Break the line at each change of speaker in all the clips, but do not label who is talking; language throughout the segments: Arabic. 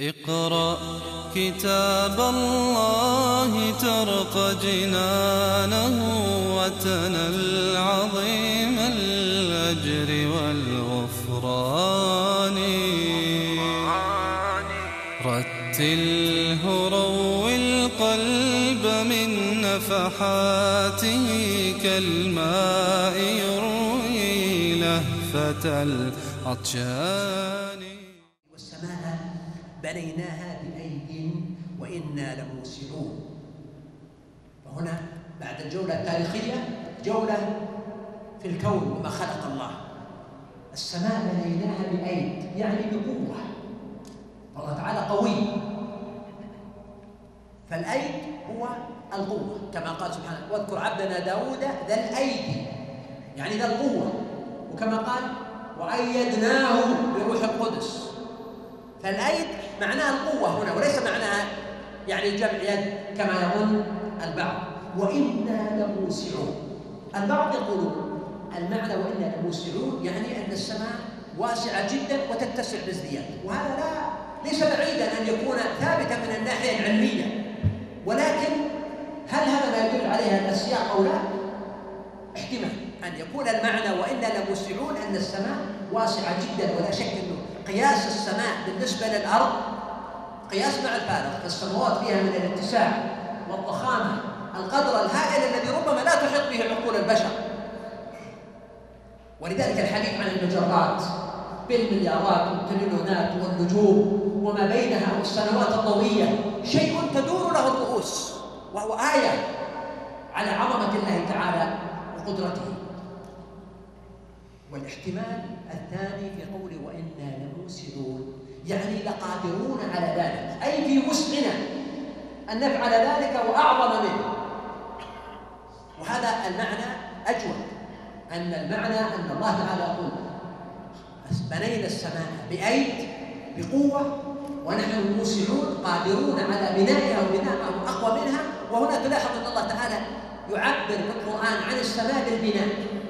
اقرأ كتاب الله ترق جنانه وتنل عظيم الأجر والغفران. رتله روي القلب من نفحاته كالماء يروي لهفة العطشان.
والسماء بنيناها بأيد وإنا لموسعون. فهنا بعد الجولة التاريخية جولة في الكون وما خلق الله. السماء بنيناها بأيد يعني بقوة، الله تعالى قوي، فالأيد هو القوة كما قال سبحانه: واذكر عبدنا داود ذا الأيد، يعني ذا القوة. وكما قال: وأيدناه بروح القدس. فالأيد معناها القوة هنا، وليس معناها يعني جمع يد كما يظن البعض. وإنا لموسعون. البعض يقولون المعنى وإنا لموسعون يعني أن السماء واسعة جدا وتتسع بازدياد، وهذا ليس بعيدا أن يكون ثابتا من الناحية العلمية، ولكن هل هذا ما يدل عليه السياق أو لا؟ احتمال أن يكون المعنى وإنا لموسعون أن السماء واسعة جدا، ولا شك أنه قياس السماء بالنسبة للأرض قياس مع الفارق، فالسماوات فيها من الاتساع والضخامة القدر الهائل الذي ربما لا تحيط به عقول البشر. ولذلك الحديث عن المجرات بالمليارات والتريليونات والنجوم وما بينها والسنوات الضوئية شيء تدور له الرؤوس، وهو آية على عظمة الله تعالى وقدرته. والاحتمال الثاني في قوله وإنا لموسعون يعني لقادرون على ذلك، أي في وسعنا أن نفعل ذلك وأعظم منه. وهذا المعنى أجود، أن المعنى أن الله تعالى يقول: بنينا السماء بأيد بقوة ونحن موسعون قادرون على بنائها وبناء أقوى منها. وهنا تلاحظ أن الله تعالى يعبر في القرآن عن السماء بالبناء،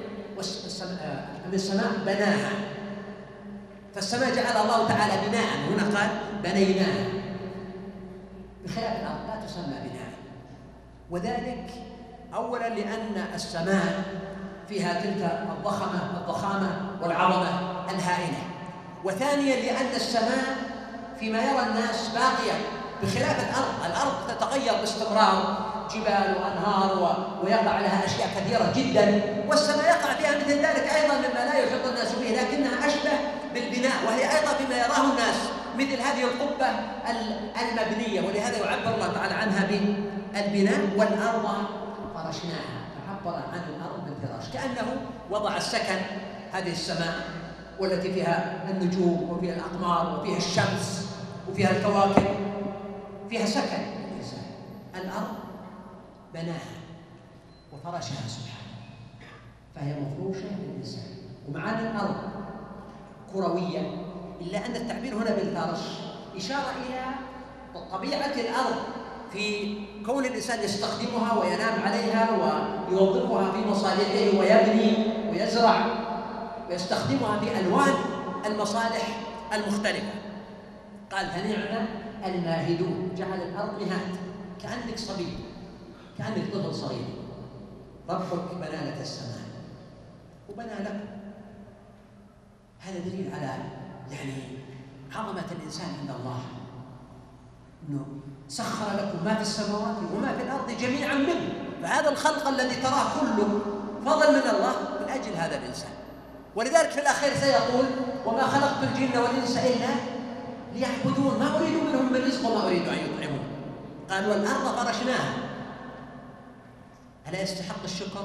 السماء بناها، فالسماء جعل الله تعالى بناء، هنا قال بنيناها، بخلاف الأرض لا تسمى بناء. وذلك أولا لأن السماء فيها تلك الضخامة والعظمة الهائلة، وثانيا لأن السماء فيما يرى الناس باقية بخلاف الأرض تتغير باستمرار، جبال وأنهار ويقع لها أشياء كثيرة جدا، والسماء يقع فيها مثل ذلك أيضا مما لا يحيط الناس به، لكنها أشبه بالبناء، وهي أيضا فيما يراه الناس مثل هذه القبة المبنية، ولهذا يعبر الله تعالى عنها بالبناء. والأرض فرشناها، فعبر عن الأرض بالفراش، كأنه وضع السكن هذه السماء والتي فيها النجوم وفيها الأقمار وفيها الشمس وفيها الكواكب، فيها سكن الإنسان. الأرض بناها وفرشها سبحانه، فهي مفروشة للإنسان. ومع أن الأرض كروية إلا أن التعبير هنا بالفرش إشارة إلى طبيعة الأرض في كون الإنسان يستخدمها وينام عليها ويوظفها في مصالحه ويبني ويزرع ويستخدمها في ألوان المصالح المختلفة. قال: فنعم الماهدون، جعل الأرض مهاد، كأنك صبي، كأنك طفل صغير. ربك بنى لك السماء وبنى لكم. هذا دليل على يعني عظمة الإنسان عند الله، أنه سخر لكم ما في السماوات وما في الأرض جميعا منه. فهذا الخلق الذي تراه كله فضل من الله من أجل هذا الإنسان. ولذلك في الأخير سيقول: وما خلقت الجن والإنس إلا ليعبدون، ما أريد منهم من رزق وما أريد أن يطعمون. قال: والأرض فرشناها. ألا يستحق الشكر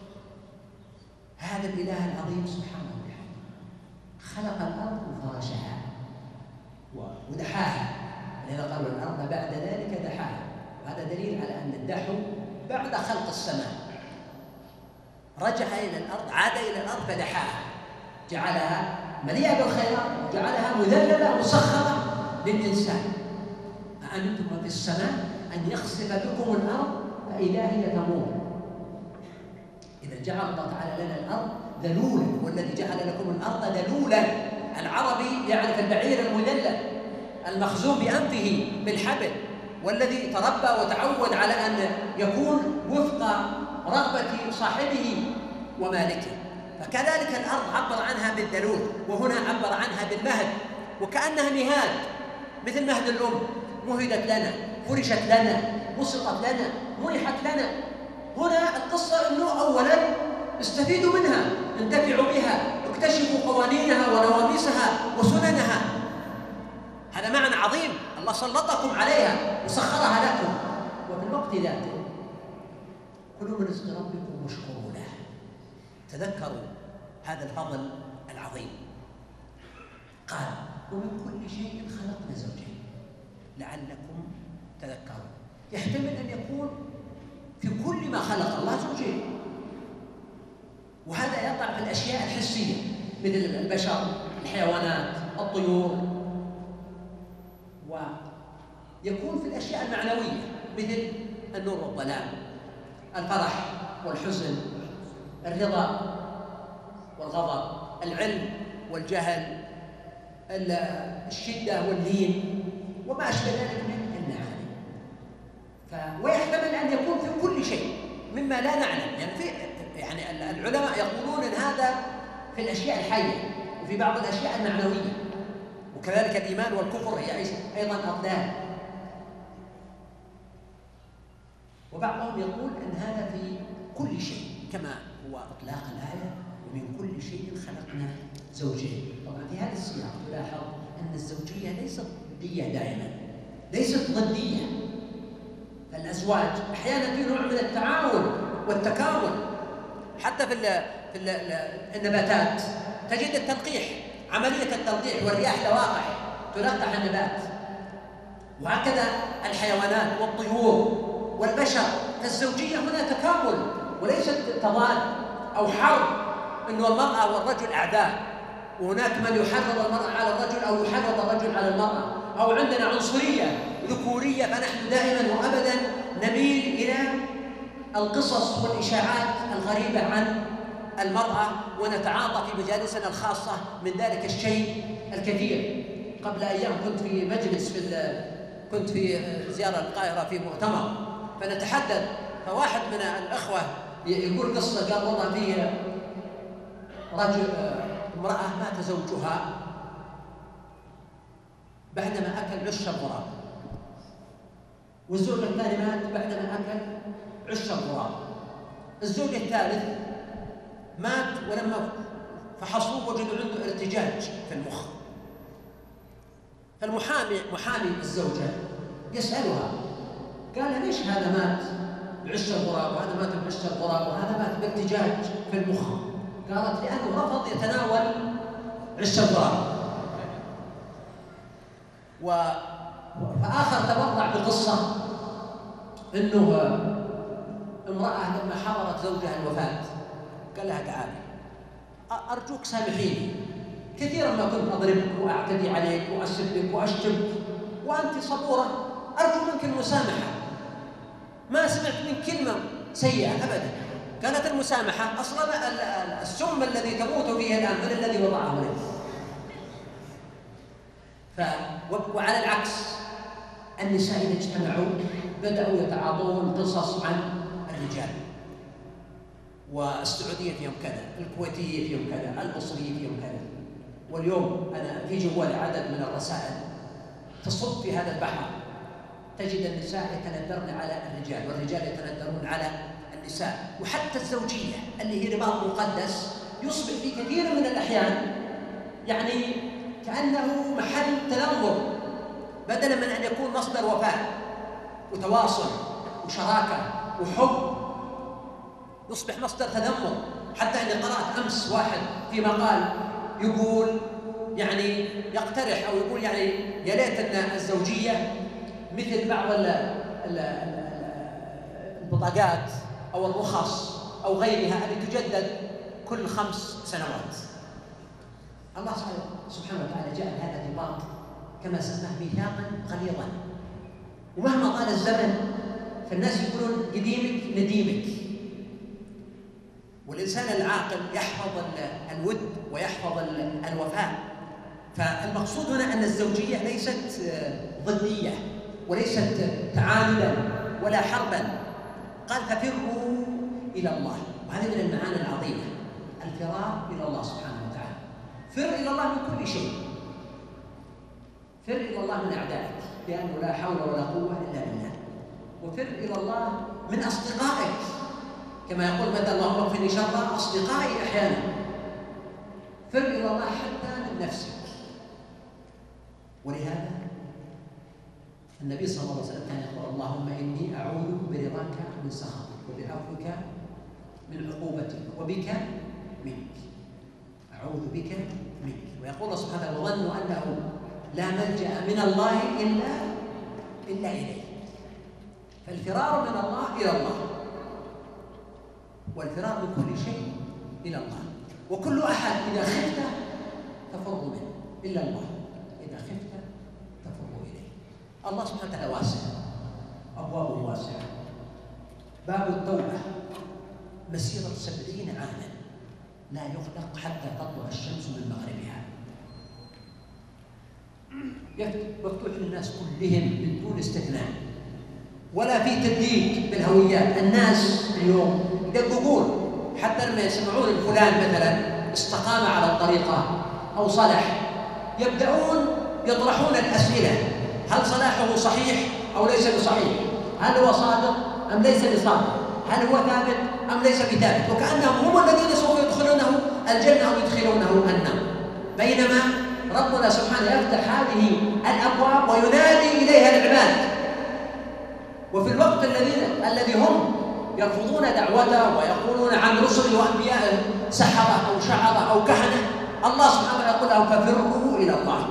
هذا الإله العظيم سبحانه وتعالى؟ خلق الأرض وفرشها ودحاها، لذا قالوا الأرض بعد ذلك دحاها. وهذا دليل على أن الدحو بعد خلق السماء، رجع إلى الأرض، عاد إلى الأرض فدحاها، جعلها مليئة بالخيرات وجعلها مذللة مسخرة للإنسان. أأمنتم من في السماء أن يخسف بكم الأرض فإذا هي تمور. إذا جعل الله تعالى لنا الأرض ذلولا، والذي جعل لكم الأرض ذلولا. العربي يعرف البعير المذلل المخزوم بأنفه بالحبل، والذي تربى وتعود على أن يكون وفق رغبة صاحبه ومالكه. فكذلك الأرض عبر عنها بالذلول، وهنا عبر عنها بالمهد، وكأنها مهاد مثل مهد الأم، مهدت لنا، فرشت لنا، بسطت لنا، منحت لنا. هنا القصة أنه أولاً استفيدوا منها، انتفعوا بها، اكتشفوا قوانينها ونواميسها وسننها. هذا معنى عظيم، الله سلطكم عليها وسخرها لكم. وفي الوقت ذاته كلوا من رزق ربكم واشكروا له. تذكروا هذا الفضل العظيم. قال ومن كل شيء خلقنا زوجين لعلكم تذكرون. يحتمل أن يكون في كل ما خلق الله زوجين، وهذا يقع في الأشياء الحسية مثل البشر، الحيوانات، الطيور، ويكون في الأشياء المعنوية مثل النور والظلام، الفرح والحزن، الرضا والغضب، العلم والجهل، الشدة واللين، وما أشبه ذلك من المعاني. ويحتمل أن يكون في كل شيء مما لا نعلم. يعني العلماء يقولون أن هذا في الأشياء الحية وفي بعض الأشياء المعنوية، وكذلك الإيمان والكفر هي أيضا أضداد. وبعضهم يقول أن هذا في كل شيء كما هو إطلاق الآية ومن كل شيء خلقنا زوجين. طبعا في هذا السياق تلاحظ أن الزوجية ليست ضدية دائما، ليست ضدية. الأزواج أحيانا في نوع من التعاون والتكامل. حتى في النباتات تجد التلقيح، عملية التلقيح والرياح لواقح تلقح النبات. وهكذا الحيوانات والطيور والبشر. فالزوجية هنا تكامل وليست تضاد أو حرب، أنه المرأة والرجل أعداء، وهناك من يحرض المرأة على الرجل أو يحرض الرجل على المرأة، أو عندنا عنصرية ذكورية فنحن دائما وأبدا نميل إلى القصص والإشاعات الغريبة عن المرأة، ونتعاطى في مجالسنا الخاصة من ذلك الشيء الكثير. قبل أيام كنت في مجلس كنت في زيارة القاهرة في مؤتمر، فنتحدث، فواحد من الأخوة يقول قصة، قال والله في رجل امرأة مات زوجها بعدما أكل عش الغراب، والزوج الثاني مات بعدما أكل عش الغراب. الزوج الثالث مات ولما فحصوه وجدوا عنده ارتجاج في المخ. محامي الزوجة يسألها، قال ليش هذا مات بعش الغراب وهذا مات بعش الغراب وهذا مات بارتجاج في المخ؟ قالت لأنه رفض يتناول عش الغراب. فآخر تبرع بقصة أنه امرأة لما حضرت زوجها الوفاة قال لها تعالي أرجوك سامحيني، كثيرا ما كنت أضربك وأعتدي عليك وأسبك وأشتمك وأنت صبورة، أرجو منك المسامحة، ما سمعت من كلمة سيئة أبدا. كانت المسامحة أصلا السم الذي تموت فيه الآن من الذي وضعه لك. وعلى العكس النساء إذا اجتمعوا بدأوا يتعاطون قصص عن الرجال، والسعودية فيهم كذا، الكويتية فيهم كذا، المصرية فيهم كذا. واليوم أنا في جوالي عدد من الرسائل تصب في هذا البحر، تجد النساء يتندرن على الرجال والرجال يتندرون على النساء. وحتى الزوجية اللي هي رباط مقدس يصبح في كثير من الأحيان يعني كأنه محل تنمر، بدلا من أن يكون مصدر وفاء وتواصل وشراكة وحب يصبح مصدر تذمر. حتى أني قرأت أمس واحد في مقال يقول يعني يقترح أو يقول يعني يا ليت أن الزوجية مثل بعض البطاقات أو الرخص أو غيرها التي تجدد كل 5 سنوات. الله سبحانه وتعالى جعل هذا الرباط كما سماه ميثاقا غليظا، ومهما طال الزمن فالناس يقولون قديمك نديمك. والإنسان العاقل يحفظ الود ويحفظ الوفاء. فالمقصود هنا أن الزوجية ليست ضدية وليست تعاملا ولا حربا. قال ففروا إلى الله، وهذه من المعاني العظيمة، الفرار إلى الله سبحانه وتعالى. فر إلى الله من كل شيء، فر إلى الله من أعدائك لأنه لا حول ولا قوة إلا بالله، وفر إلى الله من أصدقائك كما يقول مثلا اللهم اغفر لي شر أصدقائي أحيانا. فر إلى الله حتى من نفسك. ولهذا النبي صلى الله عليه وسلم كان يقول اللهم إني أعوذ برضاك من سخطك وبعفوك من عقوبتك وبك منك، أعوذ بك منك. ويقول سبحانه وظنوا أنه لا ملجأ من الله إلا إليه. فالفرار من الله إلى الله، والفرار من كل شيء إلى الله. وكل أحد إذا خفت تفر منه إلا الله، إذا خفت تفر إليه. الله سبحانه وتعالى واسع، أبوابه واسعة. باب التوبة مسيرة 70 عاما لا يغلق حتى تطلع الشمس من مغربها، مفتوح للناس كلهم من دون استثناء، ولا في تدقيق بالهويات. الناس اليوم يدققون حتى لما يسمعون الفلان مثلا استقام على الطريقة أو صلح يبدأون يطرحون الأسئلة: هل صلاحه صحيح أو ليس بصحيح؟ هل هو صادق أم ليس بصادق؟ هل هو ثابت أم ليس بثابت؟ وكأنهم هم الذين سوف يدخلونه الجنة أو يدخلونه النار، بينما ربنا سبحانه يفتح هذه الأبواب وينادي إليها العباد. وفي الوقت الذي هم يرفضون دعوته ويقولون عن رسل وأنبياء سحرة أو شعرة أو كهنة، الله سبحانه يقول لهم ففروا إلى الله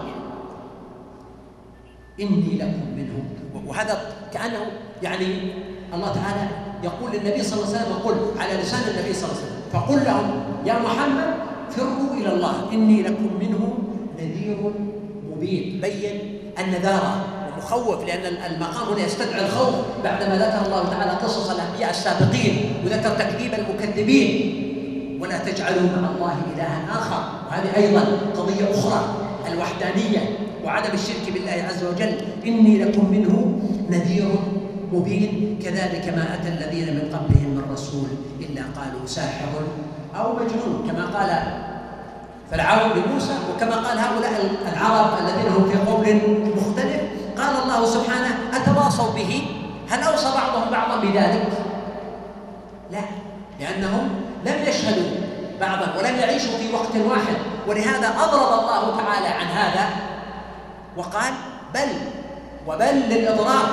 إني لكم منه. وهذا كأنه يعني الله تعالى يقول للنبي صلى الله عليه وسلم، يقول على لسان النبي صلى الله عليه وسلم: فقل لهم يا محمد فروا إلى الله إني لكم منه نذير مبين. بين النذارة ومخوف، لأن المقام هنا يستدعي الخوف بعدما ذكر الله تعالى قصص الأنبياء السابقين وذكر تكذيب المكذبين. ولا تجعلوا مع الله إلها آخر، وهذه أيضا قضية أخرى، الوحدانية وعدم الشرك بالله عز وجل. إني لكم منه نذير مبين. كذلك ما أتى الذين من قبلهم من رسول إلا قالوا ساحر أو مجنون، كما قال فرعون لموسى، وكما قال هؤلاء العرب الذين هم في قول مختلف. قال الله سبحانه: أتواصوا به؟ هل أوصى بعضهم بعضا بذلك؟ لا، لأنهم لم يشهدوا بعضا ولم يعيشوا في وقت واحد. ولهذا أضرب الله تعالى عن هذا وقال وبل للإضراب.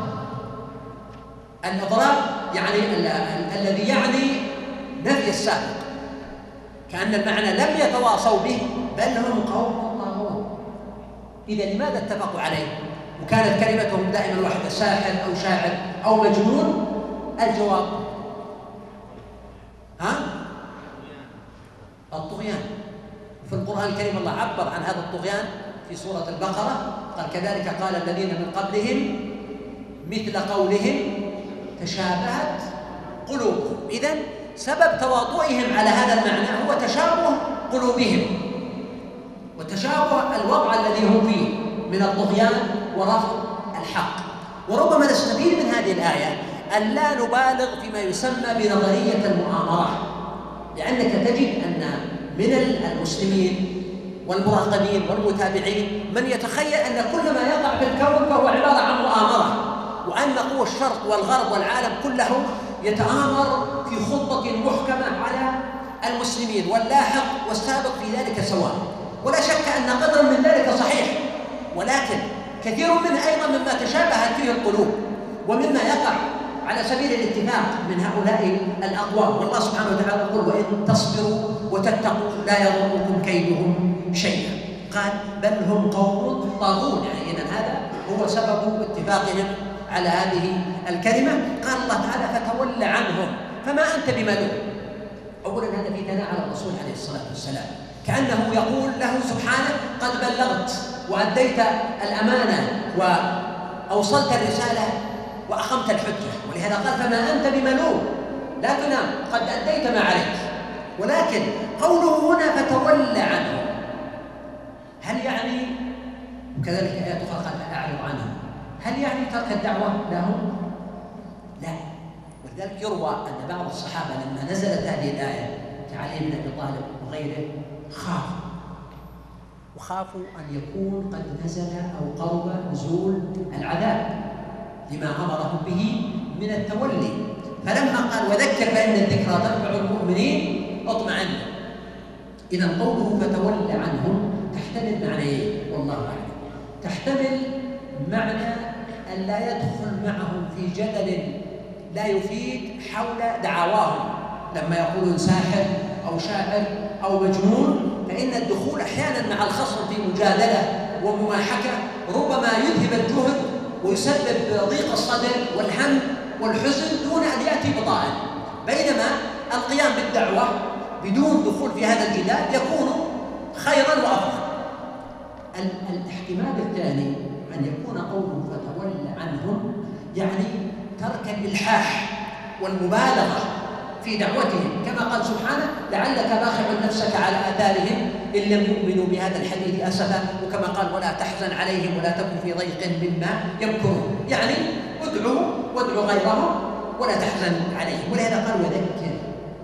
الإضراب يعني الذي يعني نفي السابق، كأن المعنى لم يتواصوا به بل هم قوم طاغون. إذا لماذا اتفقوا عليه وكانت كلمتهم دائما واحدة: ساحر أو شاعر أو مجنون؟ الجواب الطغيان. في القرآن الكريم الله عبر عن هذا الطغيان في سورة البقرة، قال: كذلك قال الذين من قبلهم مثل قولهم تشابهت قلوبهم. إذن سبب تواطؤهم على هذا المعنى هو تشابه قلوبهم وتشابه الوضع الذي هم فيه من الطغيان ورفض الحق. وربما نستفيد من هذه الآية أن لا نبالغ فيما يسمى بنظرية المؤامرة، لأنك تجد أن من المسلمين والمراقبين والمتابعين من يتخيل أن كل ما يقع في الكون فهو عبارة عن مؤامرة، وأن قوى الشرق والغرب والعالم كله يتآمر في خطة محكمة على المسلمين، واللاحق والسابق في ذلك سواء. ولا شك أن قدرا من ذلك صحيح، ولكن كثير منه أيضا مما تشابهت فيه القلوب ومما يقع على سبيل الاتفاق من هؤلاء الأقوام. والله سبحانه وتعالى يقول: وإن تصبروا وتتقوا لا يضركم كيدهم شيئا. قال: بل هم قوم طاغون. يعني إذن هذا هو سبب اتفاقهم على هذه الكلمة. قال الله تعالى: فتول عنهم فما أنت بملوم. أولا هذا في ثناء على الرسول عليه الصلاة والسلام، كأنه يقول له سبحانه: قد بلغت وأديت الأمانة وأوصلت الرسالة وأقمت الحجة. ولهذا قال: فما أنت بملوم، لا تنام، قد أديت ما عليك. ولكن قوله هنا فتول عنهم، هل يعني، وكذلك آيات أخرى قال أعرض عنهم، هل يعني ترك الدعوة لهم؟ لا. ولذلك يروى أن بعض الصحابة لما نزلت هذه الآية كعلي بن أبي طالب وغيره خافوا أن يكون قد نزل أو قرب نزول العذاب لما أمرهم به من التولي، فلما قال وذكر فإن الذكرى تنفع المؤمنين اطمئنوا. إذا قوله فتول عنهم تحتمل معنيين والله أعلم. تحتمل معنى أن لا يدخل معهم في جدل لا يفيد حول دعواهم، لما يقولون ساحر أو شاعر أو مجنون، فإن الدخول أحيانا مع الخصم في مجادلة ومماحكة ربما يذهب الجهد ويسبب ضيق الصدر والهم والحزن دون أن يأتي بطائل، بينما القيام بالدعوة بدون دخول في هذا الجدال يكون خيرا وأفضل. الاحتمال الثاني أن يكون قوله فتول عنهم يعني ترك الإلحاح والمبالغة في دعوتهم، كما قال سبحانه لعلك باخع نفسك على آثارهم إن لم يؤمنوا بهذا الحديث أسفا، وكما قال ولا تحزن عليهم ولا تكن في ضيق مما يمكرون، يعني وادعوا غيرهم ولا تحزن عليهم. ولهذا قال وذكر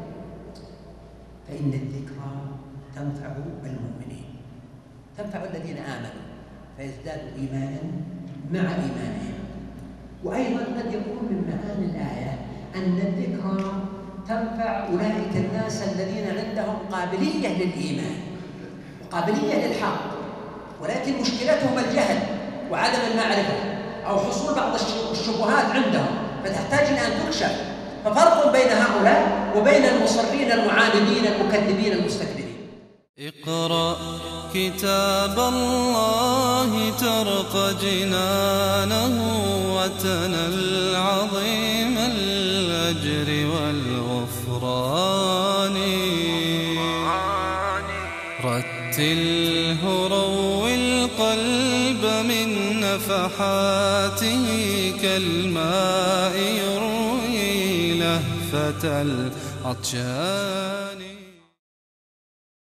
فإن الذكرى تنفع المؤمنين، تنفع الذين آمنوا فيزدادوا إيمانا مع إيمانهم. وأيضا قد يكون من معاني الآية أن الذكرى تنفع أولئك الناس الذين عندهم قابلية للإيمان وقابلية للحق، ولكن مشكلتهم الجهل وعدم المعرفة أو حصول بعض الشبهات عندهم فتحتاج إلى أن تكشف. ففرق بين هؤلاء وبين المصرين المعاندين المكذبين المستكبرين.
اقرأ كتاب الله ترق جنانه وتنل عظيم الأجر والغفران، رتله روي القلب من نفحاته كالماء يروي لهفة العطشان.